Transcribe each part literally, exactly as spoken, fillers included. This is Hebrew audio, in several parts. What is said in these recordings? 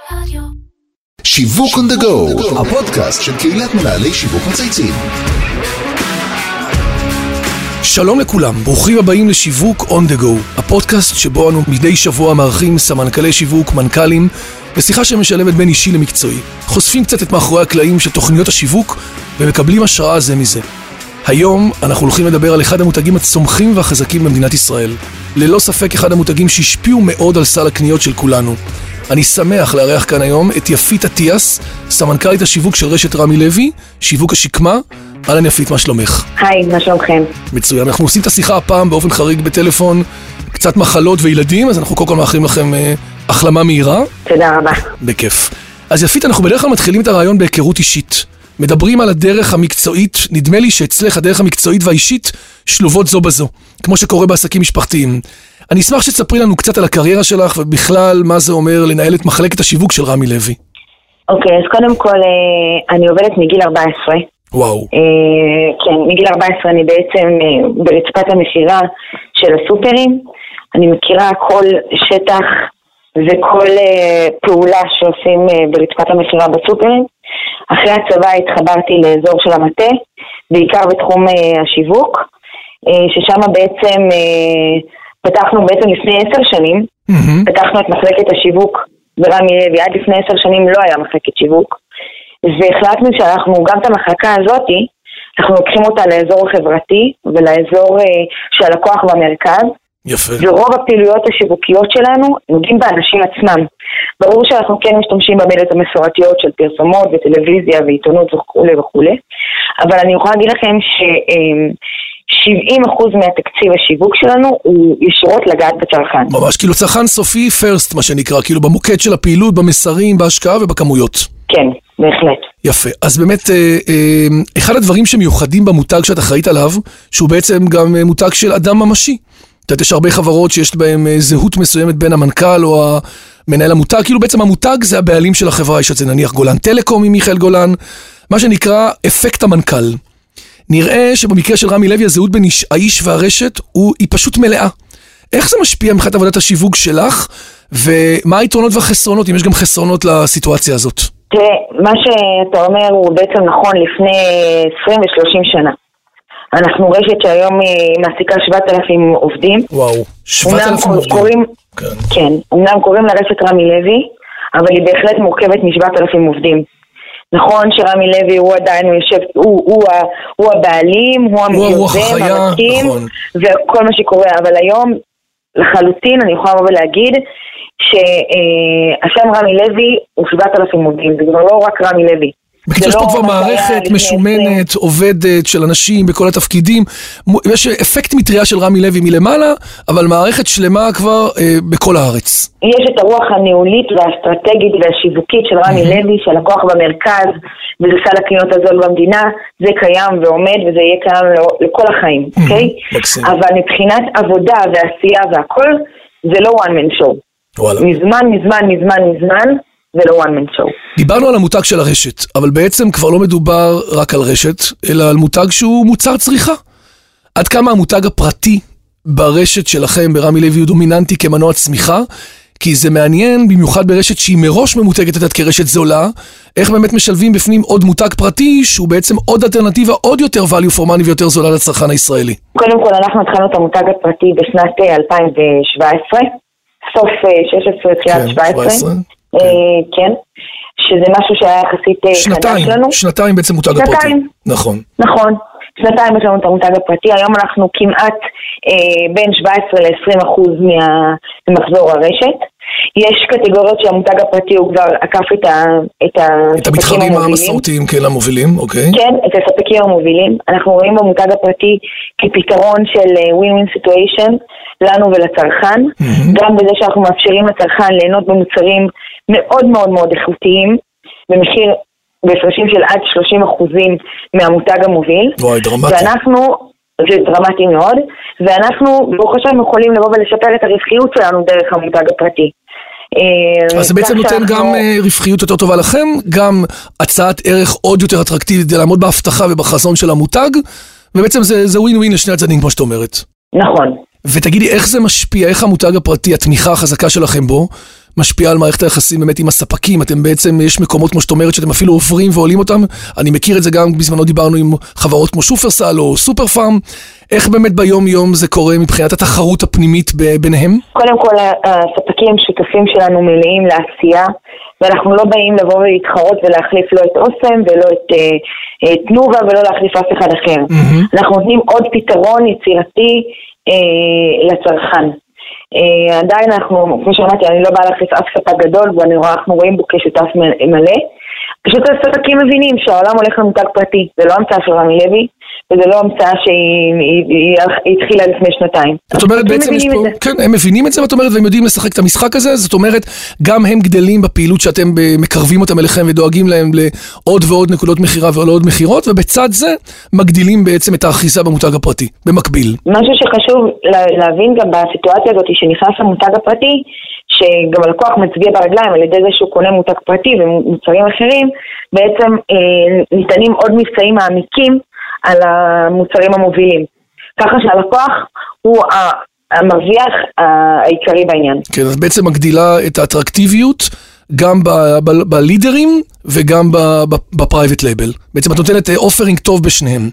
שיווק on the go, הפודקאסט של קהילת מנהלי שיווק מצייצים. שלום לכולם, ברוכים הבאים לשיווק on the go, הפודקאסט שבו אנו מדי שבוע מארחים סמנכ"לי שיווק, מנכ"לים, בשיחה שמשלבת בין אישי למקצועי. חושפים קצת את מאחורי הקלעים של תוכניות השיווק ומקבלים השראה זה מזה. היום אנחנו הולכים לדבר על אחד המותגים הצומחים והחזקים במדינת ישראל. ללא ספק אחד המותגים שהשפיעו מאוד על סל הקניות של כולנו. אני שמח לארח כאן היום את יפית עטיאס, סמנכ"לית השיווק של רשת רמי לוי, שיווק השקמה. אהלן יפית, מה שלומך? היי, מה שלומכם? מצוין, אנחנו עושים את השיחה הפעם באופן חריג בטלפון, קצת מחלות וילדים, אז אנחנו קודם כל מאחלים לכם אה, החלמה מהירה. תודה רבה. בכיף. אז יפית, אנחנו בדרך כלל מתחילים את הרעיון בהיכרות אישית. מדברים על הדרך המקצועית, נדמה לי שאצלך הדרך המקצועית והאישית שלובות זו בזו, כמו שקורה בעסקים משפחתיים. אני אשמח שתספרי לנו קצת על הקריירה שלך, ובכלל מה זה אומר לנהל את מחלקת השיווק של רמי לוי. אוקיי, אז קודם כל, אני עובדת מגיל ארבע עשרה. וואו. כן, מגיל ארבע עשרה אני בעצם ברצפת המכירה של הסופרים. אני מכירה כל שטח וכל פעולה שעושים ברצפת המכירה בסופרים. אחרי הצבא התחברתי לאזור של המטה, בעיקר בתחום השיווק, ששם בעצם פתחנו בעצם לפני עשר שנים, mm-hmm. פתחנו את מחלקת השיווק ברמי לוי, עד לפני עשר שנים לא היה מחלקת שיווק, והחלטנו שאנחנו גם את המחלקה הזאת, אנחנו לוקחים אותה לאזור החברתי ולאזור של הלקוח במרכז, יפה. ורוב הפעילויות השיווקיות שלנו נוגעים באנשים עצמם. ברור שאנחנו כן משתמשים במדיות המסורתיות של פרסומות וטלוויזיה ועיתונות וכו' וכו', אבל אני יכולה להגיד לכם ש-שבעים אחוז מהתקציב השיווק שלנו הוא ישירות לגעת בצרכן. ממש, כאילו צרכן סופי first, מה שנקרא, כאילו במוקד של הפעילות, במסרים, בהשקעה ובכמויות. כן, בהחלט. יפה. אז באמת, אחד הדברים שמיוחדים במותג שאת אחראית עליו, שהוא בעצם גם מותג של אדם ממשי. אתה יודעת, יש הרבה חברות שיש בהם זהות מסוימת בין המנכ"ל או המנהל המותג, כאילו בעצם המותג זה הבעלים של החברה, יש את זה נניח גולן טלקום עם מיכאל גולן, מה שנקרא אפקט המנכ"ל. נראה שבמקרה של רמי לוי הזהות בין האיש והרשת הוא, היא פשוט מלאה. איך זה משפיע מבחינת עבודת השיווק שלך, ומה היתרונות והחסרונות, אם יש גם חסרונות לסיטואציה הזאת? תראה, מה שאתה אומר הוא בעצם נכון לפני עשרים ושלושים שנה. אנחנו רשת שהיום מעסיקה שבעת אלפים עובדים. וואו, שבעת אלפים עובדים. קוראים, כן. כן, אמנם קוראים לרשת רמי לוי, אבל היא בהחלט מורכבת משבעת אלפים עובדים. נכון שרמי לוי הוא עדיין יושב, הוא, הוא, הוא הבעלים, הוא המייזם, המקים, נכון. וכל מה שקורה, אבל היום לחלוטין אני יכולה לבוא ולהגיד שהשם רמי לוי הוא שבעת אלפים עובדים, זה כבר לא רק רמי לוי. בקיצור, יש פה כבר מערכת משומנת, עובדת של אנשים בכל התפקידים. יש אפקט מטריה של רמי לוי מלמעלה, אבל מערכת שלמה כבר אה, בכל הארץ. יש את הרוח הניהולית והאסטרטגית והשיווקית של רמי mm-hmm. לוי, של לקוח במרכז, וזה סל הקניות הזול במדינה, זה קיים ועומד, וזה יהיה קיים לכל החיים, אוקיי? Mm-hmm. okay? אבל מבחינת עבודה ועשייה והכל, זה לא one man show. וואלה. מזמן, מזמן, מזמן, מזמן, ולא one man show. דיברנו על המותג של הרשת, אבל בעצם כבר לא מדובר רק על רשת, אלא על מותג שהוא מוצר צריכה. עד כמה המותג הפרטי ברשת שלכם ברמי לוי הוא דומיננטי כמנוע צמיחה, כי זה מעניין במיוחד ברשת שהיא מראש ממותגת את כרשת זולה, איך באמת משלבים בפנים עוד מותג פרטי שהוא בעצם עוד אלטרנטיבה, עוד יותר value for money ויותר זולה לצרכן הישראלי. קודם כל אנחנו התחלנו את המותג הפרטי בשנת אלפיים שבע עשרה, סוף שש עשרה, תחילת שבע עשרה. כן, שזה משהו שהיה יחסית חדש לנו. שנתיים בעצם מותג הפרטי. נכון. נכון, שנתיים יש לנו את המותג הפרטי, היום אנחנו כמעט בין שבע עשרה ל-עשרים אחוז ממחזור הרשת. יש קטגוריות שהמותג הפרטי הוא כבר עקף את ה... את המתחרים המסורתיים, כן, המובילים, אוקיי. כן, את הספקים המובילים. אנחנו רואים במותג הפרטי כפתרון של win-win situation לנו ולצרכן, גם בזה שאנחנו מאפשרים לצרכן ליהנות במוצרים מאוד מאוד מאוד איכותיים, במחיר, בהפרשים של עד שלושים אחוזים מהמותג המוביל. וואי, דרמטי. ואנחנו, זה דרמטי מאוד, ואנחנו, ברוך השם, יכולים לבוא ולשפר את הרווחיות שלנו דרך המותג הפרטי. אז זה בעצם נותן גם רווחיות יותר טובה לכם, גם הצעת ערך עוד יותר אטרקטיבית כדי לעמוד בהבטחה ובחזון של המותג, ובעצם זה ווין ווין לשני הצדדים, כמו שאת אומרת. נכון. ותגידי, איך זה משפיע, איך המותג הפרטי, התמיכה החזקה שלכם בו, משפיעה על מערכת היחסים באמת עם הספקים? אתם בעצם, יש מקומות כמו שאת אומרת שאתם אפילו עוברים ועולים אותם, אני מכיר את זה גם, בזמנו דיברנו עם חברות כמו שופרסל או סופר פארם, איך באמת ביום יום זה קורה מבחינת התחרות הפנימית ביניהם? קודם כל, הספקים שותפים שלנו מלאים לעשייה, ואנחנו לא באים לבוא ולהתחרות ולהחליף לא את אוסם ולא את אה, תנובה ולא להחליף אף אחד אחר. Mm-hmm. אנחנו נותנים עוד פתרון יצירתי אה, לצרכן. אה, עדיין אנחנו, כמו שאמרתי, אני לא באה להחליף אף ספק גדול, ואנחנו רואים בו כשותף מלא. פשוט הספקים מבינים שהעולם הולך למותג פרטי, זה לא המצאה של רמי לוי, וזה לא המצאה שהיא התחילה לפני שנתיים. זאת אומרת, בעצם יש פה, כן, הם מבינים את זה, ואת אומרת, והם יודעים לשחק את המשחק הזה, זאת אומרת, גם הם גדלים בפעילות שאתם מקרבים אותם אליכם ודואגים להם לעוד ועוד נקודות מחירה ועוד מחירות, ובצד זה מגדילים בעצם את האחיזה במותג הפרטי, במקביל. משהו שחשוב להבין גם בסיטואציה הזאת, שנכנס למותג הפרטי, שגם הלקוח מצביע ברגליים על ידי זה שהוא קונה מותג פרטי ומוצרים אחרים, בעצם אה, ניתנים עוד מבצעים מעמיקים על המוצרים המובילים. ככה שהלקוח הוא המרוויח העיקרי בעניין. כן, אז בעצם מגדילה את האטרקטיביות גם בלידרים וגם בפרייבט לייבל. בעצם את נותנת אופרינג טוב בשניהם.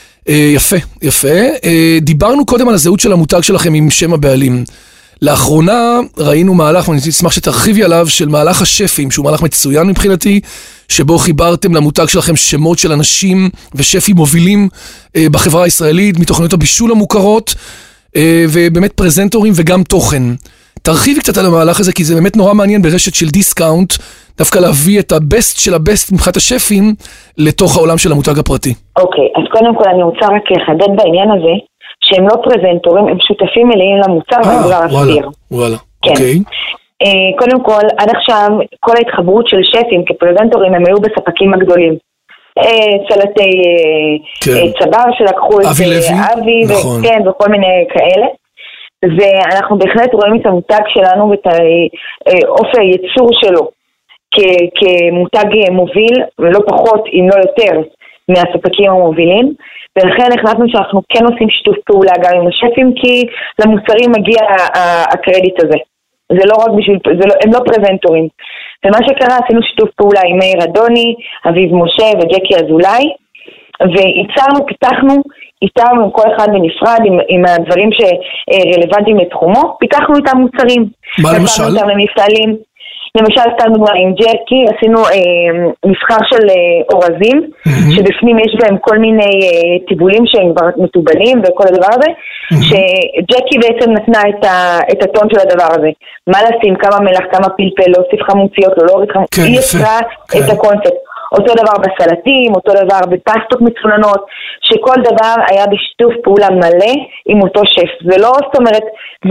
יפה, יפה. דיברנו קודם על הזהות של המותג שלכם עם שם הבעלים. לאחרונה ראינו מהלך, ואני אשמח שתרחיבי עליו, של מהלך השפים, שהוא מהלך מצוין מבחינתי, שבו חיברתם למותג שלכם שמות של אנשים ושפים מובילים אה, בחברה הישראלית, מתוכניות הבישול המוכרות, אה, ובאמת פרזנטורים וגם תוכן. תרחיבי קצת על המהלך הזה, כי זה באמת נורא מעניין ברשת של דיסקאונט, דווקא להביא את הבסט של הבסט מבחינת השפים, לתוך העולם של המותג הפרטי. אוקיי, אז קודם כל אני רוצה רק לחדד בעניין הזה, שהם לא פרזנטורים, הם שותפים מלאים למוצר, ואני כבר אסביר. וואלה, כן. אוקיי. קודם כל, עד עכשיו, כל ההתחברות של שפים כפרזנטורים, הם היו בספקים הגדולים. צלתי צבר שלקחו את אבי, וכן, וכל מיני כאלה. ואנחנו בהחלט רואים את המותג שלנו, ואת אופי הייצור שלו, כמותג מוביל, ולא פחות, אם לא יותר, מהספקים המובילים. ולכן החלטנו שאנחנו כן עושים שיתוף פעולה גם עם השפים, כי למוצרים מגיע הקרדיט הזה. זה לא רק בשביל, זה לא, הם לא פרזנטורים. ומה שקרה, עשינו שיתוף פעולה עם מאיר אדוני, אביב משה וג'קי אזולאי, וייצרנו, פיתחנו איתם עם כל אחד בנפרד, עם, עם הדברים שרלוונטיים לתחומו, פיתחנו איתם מוצרים. מה למשל? איתם למפעלים. למשל, סתם דוגמה עם ג'קי, עשינו אה, מבחר של אה, אורזים, mm-hmm. שבפנים יש בהם כל מיני אה, טיבולים שהם כבר מטובלים וכל הדבר הזה, mm-hmm. שג'קי בעצם נתנה את, ה, את הטון של הדבר הזה. מה לשים, כמה מלח, כמה פלפל, להוסיף חמוציות, לא להוריד חמוציות, כן, היא יצרה כן. את הקונספט. אותו דבר בסלטים, אותו דבר בפסטות מצוננות, שכל דבר היה בשיתוף פעולה מלא עם אותו שף. זה לא, זאת אומרת,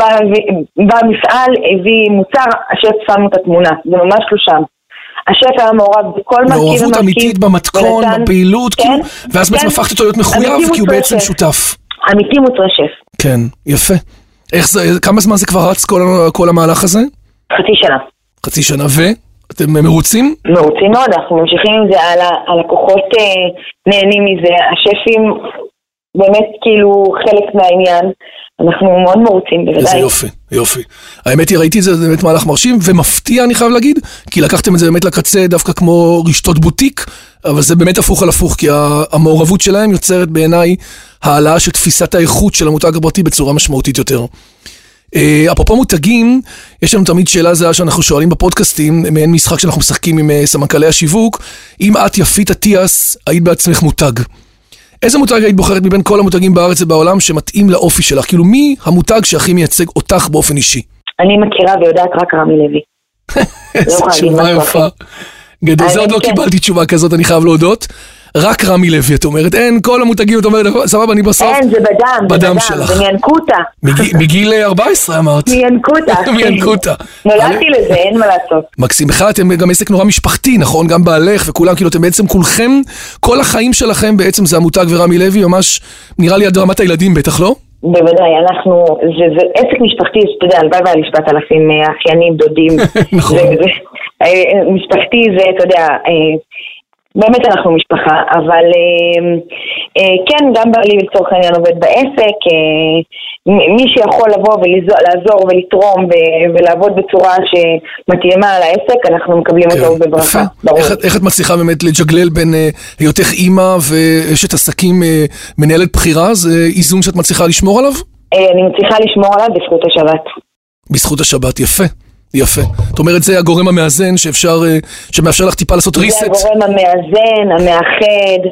במפעל הביא מוצר, השף שמו את התמונה, זה ממש לא שם. השף היה מעורב בכל מרכיב ומרכיב. מעורבות אמיתית במתכון, בפעילות, כן, כאילו, ואז כן, בעצם הפכת אותו להיות מחויב, כי הוא בעצם שף. שותף. אמיתי מוצרי שף. כן, יפה. איך זה, כמה זמן זה כבר רץ כל, כל המהלך הזה? חצי שנה. חצי שנה, ו? אתם מרוצים? מרוצים מאוד, אנחנו ממשיכים עם זה, הלקוחות נהנים מזה, השפים באמת כאילו חלק מהעניין, אנחנו מאוד מרוצים בוודאי. איזה יופי, יופי. האמת היא, ראיתי את זה, זה באמת מהלך מרשים, ומפתיע אני חייב להגיד, כי לקחתם את זה באמת לקצה דווקא כמו רשתות בוטיק, אבל זה באמת הפוך על הפוך, כי המעורבות שלהם יוצרת בעיניי העלאה של תפיסת האיכות של המותג הפרטי בצורה משמעותית יותר. אפרופו מותגים, יש לנו תמיד שאלה זהה שאנחנו שואלים בפודקאסטים, מעין משחק שאנחנו משחקים עם סמנכ"לי השיווק, אם את יפית עטיאס, היית בעצמך מותג. איזה מותג היית בוחרת מבין כל המותגים בארץ ובעולם שמתאים לאופי שלך? כאילו מי המותג שהכי מייצג אותך באופן אישי? אני מכירה ויודעת רק רמי לוי. איזה תשובה יפה. גדול, זה עוד לא קיבלתי תשובה כזאת, אני חייב להודות. רק רמי לוי, את אומרת, אין, כל המותגים, את אומרת, סבבה, אני בסוף. אין, זה בדם, בדם זה בדם, שלך. זה מיינקוטה. מגיל ארבע עשרה אמרת. מיינקוטה. מיינקוטה. נולדתי לזה, אין מה לעשות. מקסים, בכלל אתם גם עסק נורא משפחתי, נכון? גם בעלך וכולם, כאילו אתם בעצם כולכם, כל החיים שלכם בעצם זה המותג ורמי לוי, ממש נראה לי עד רמת הילדים בטח, לא? בוודאי, אנחנו, זה, זה עסק משפחתי, אתה יודע, הלוואי ועל שבעת אלפים אחיינים, דודים. נכון. משפחתי זה, אתה יודע, באמת אנחנו משפחה, אבל אה, אה, כן, גם בעלי לצורך העניין עובד בעסק, אה, מי שיכול לבוא ולעזור ולתרום ולעבוד בצורה שמתאימה על העסק, אנחנו מקבלים אותו בברכה. איך את מצליחה באמת לג'גלל בין היותך אימא ואשת עסקים מנהלת בחירה? זה איזון שאת מצליחה לשמור עליו? אני מצליחה לשמור עליו בזכות השבת. בזכות השבת, יפה. יפה. זאת אומרת, זה הגורם המאזן שאפשר, שמאפשר לך טיפה לעשות ריסט. זה הגורם המאזן, המאחד,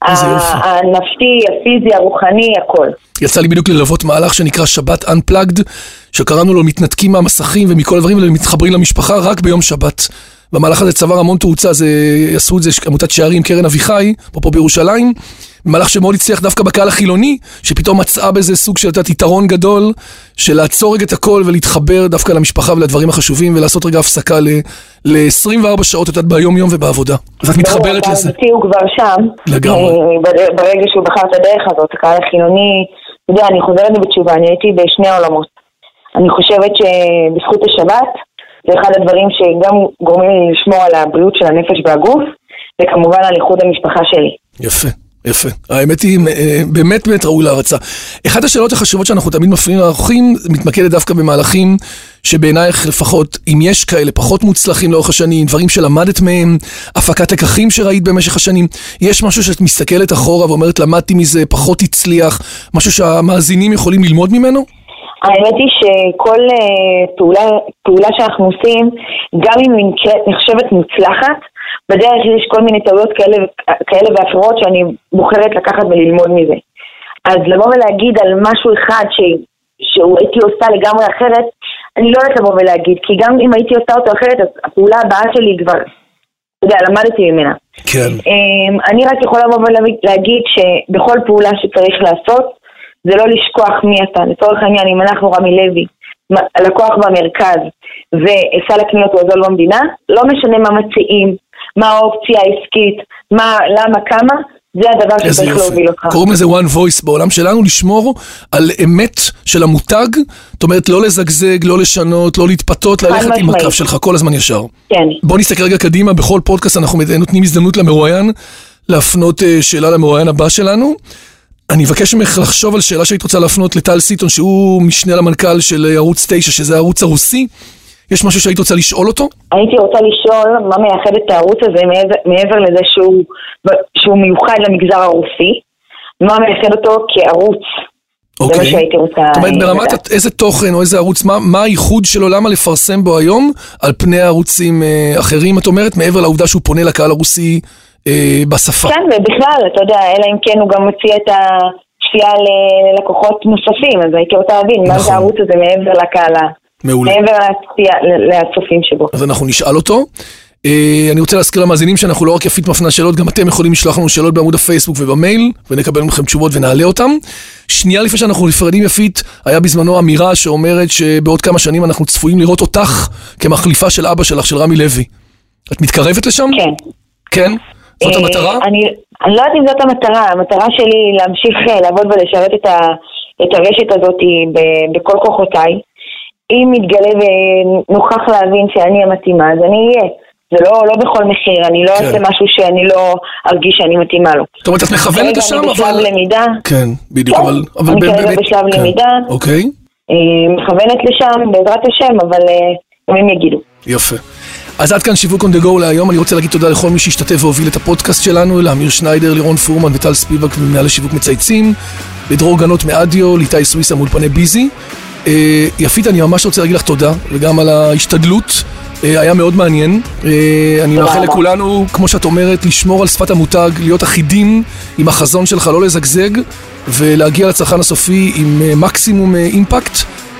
הנפשי, הפיזי, הרוחני, הכל. יצא לי בדיוק ללוות מהלך שנקרא שבת Unplugged, שקראנו לו מתנתקים מהמסכים ומכל הדברים האלה, מתחברים למשפחה רק ביום שבת. במהלך הזה צבר המון תאוצה, זה, עשו את זה עמותת שערים, קרן אביחי, פה פה בירושלים, במהלך שמאוד הצליח דווקא בקהל החילוני, שפתאום מצאה בזה סוג של לתת יתרון גדול, של לעצור רגע את הכל ולהתחבר דווקא למשפחה ולדברים החשובים, ולעשות רגע הפסקה ל-עשרים וארבע שעות, את יודעת, ביום יום ובעבודה. אז את מתחברת לזה. אותי הוא כבר שם. לגמרי. ברגע שהוא בחר את הדרך הזאת, הקהל החילוני, אתה יודע, אני חוזרת בתשובה, אני הייתי בשני עולמות. אני חושבת שבזכות השבת, זה אחד הדברים שגם גורמים לי לשמור על הבריאות של הנפש והגוף, וכמובן על איחוד המשפחה שלי. יפה. יפה. האמת היא באמת באמת ראוי להרצה. אחת השאלות החשובות שאנחנו תמיד מפנים לאורחים, מתמקדת דווקא במהלכים שבעינייך לפחות, אם יש כאלה פחות מוצלחים לאורך השנים, דברים שלמדת מהם, הפקת לקחים שראית במשך השנים, יש משהו שאת מסתכלת אחורה ואומרת, למדתי מזה, פחות הצליח, משהו שהמאזינים יכולים ללמוד ממנו? האמת היא שכל פעולה, פעולה שאנחנו עושים, גם אם היא נחשבת מוצלחת, בדרך יש כל מיני טעויות כאלה, כאלה ואחרות שאני בוחרת לקחת וללמוד מזה. אז לבוא ולהגיד על משהו אחד ש, שהוא הייתי עושה לגמרי אחרת, אני לא יודעת לבוא ולהגיד, כי גם אם הייתי עושה אותו אחרת, אז הפעולה הבאה שלי כבר, אתה יודע, למדתי ממנה. כן. אני רק יכולה לבוא ולהגיד שבכל פעולה שצריך לעשות, זה לא לשכוח מי אתה. לצורך העניין, אם אנחנו רמי לוי, לקוח במרכז, ועשה לקניות הוא הזול במדינה, לא משנה מה מציעים, מה האופציה העסקית, מה, למה, כמה, זה הדבר שצריך להוביל אותך. קוראים לזה one voice בעולם שלנו, לשמור על אמת של המותג, זאת אומרת לא לזגזג, לא לשנות, לא להתפתות, ללכת עם הקו שלך כל הזמן ישר. כן. בוא נסתכל רגע קדימה, בכל פודקאסט אנחנו נותנים הזדמנות למרואיין, להפנות שאלה למרואיין הבא שלנו. אני מבקש ממך לחשוב על שאלה שהיית רוצה להפנות לטל סיטון, שהוא משנה למנכ"ל של ערוץ תשע, שזה הערוץ הרוסי. יש משהו שהיית רוצה לשאול אותו? הייתי רוצה לשאול מה מייחד את הערוץ הזה מעבר לזה שהוא, שהוא מיוחד למגזר הרוסי, מה מייחד אותו כערוץ. אוקיי. זה מה שהייתי רוצה... זאת אומרת, ברמת איזה תוכן או איזה ערוץ, מה, מה הייחוד שלו, למה לפרסם בו היום על פני ערוצים אה, אחרים, את אומרת, מעבר לעובדה שהוא פונה לקהל הרוסי אה, בשפה? כן, ובכלל, אתה יודע, אלא אם כן הוא גם מציע את הצפייה ללקוחות נוספים, אז הייתי רוצה להבין נכון. מה זה הערוץ הזה מעבר לקהל ה... מעולה. מעבר לצופים שבו. אז אנחנו נשאל אותו. אני רוצה להזכיר למאזינים שאנחנו לא רק יפית מפנה שאלות, גם אתם יכולים לשלוח לנו שאלות בעמוד הפייסבוק ובמייל, ונקבל מכם תשובות ונעלה אותם. שנייה לפני שאנחנו נפרדים יפית, היה בזמנו אמירה שאומרת שבעוד כמה שנים אנחנו צפויים לראות אותך כמחליפה של אבא שלך, של רמי לוי. את מתקרבת לשם? כן. כן? זאת המטרה? אני, אני לא יודעת אם זאת המטרה. המטרה שלי להמשיך לעבוד ולשרת את, ה, את הרשת הזאת בכל כוחותיי. אם מתגלה ונוכח להבין שאני המתאימה, אז אני אהיה. זה לא, לא בכל מחיר, אני לא עושה משהו שאני לא ארגיש שאני מתאימה לו. זאת אומרת, את מכוונת לשם, אבל... אני בשלב למידה. כן, בדיוק, אבל... אני כרגע בשלב למידה. אוקיי. מכוונת לשם, בעזרת השם, אבל הם יגידו. יפה. אז עד כאן שיווק on the go להיום. אני רוצה להגיד תודה לכל מי שהשתתף והוביל את הפודקאסט שלנו, לאמיר שניידר, לירון פורמן וטל ספיבק ממנהל לשיווק מצייצים, לדרור גנות מאדיו, ליטאי סוויסה מאולפני ביזי. יפית, אני ממש רוצה להגיד לך תודה, וגם על ההשתדלות, היה מאוד מעניין. אני מאחל לכולנו, כמו שאת אומרת, לשמור על שפת המותג, להיות אחידים עם החזון שלך, לא לזגזג, ולהגיע לצרכן הסופי עם מקסימום אימפקט,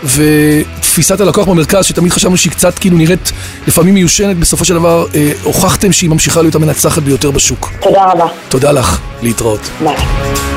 ותפיסת הלקוח במרכז, שתמיד חשבנו שהיא קצת כאילו נראית לפעמים מיושנת, בסופו של דבר הוכחתם שהיא ממשיכה להיות המנצחת ביותר בשוק. תודה רבה. תודה לך, להתראות. ביי.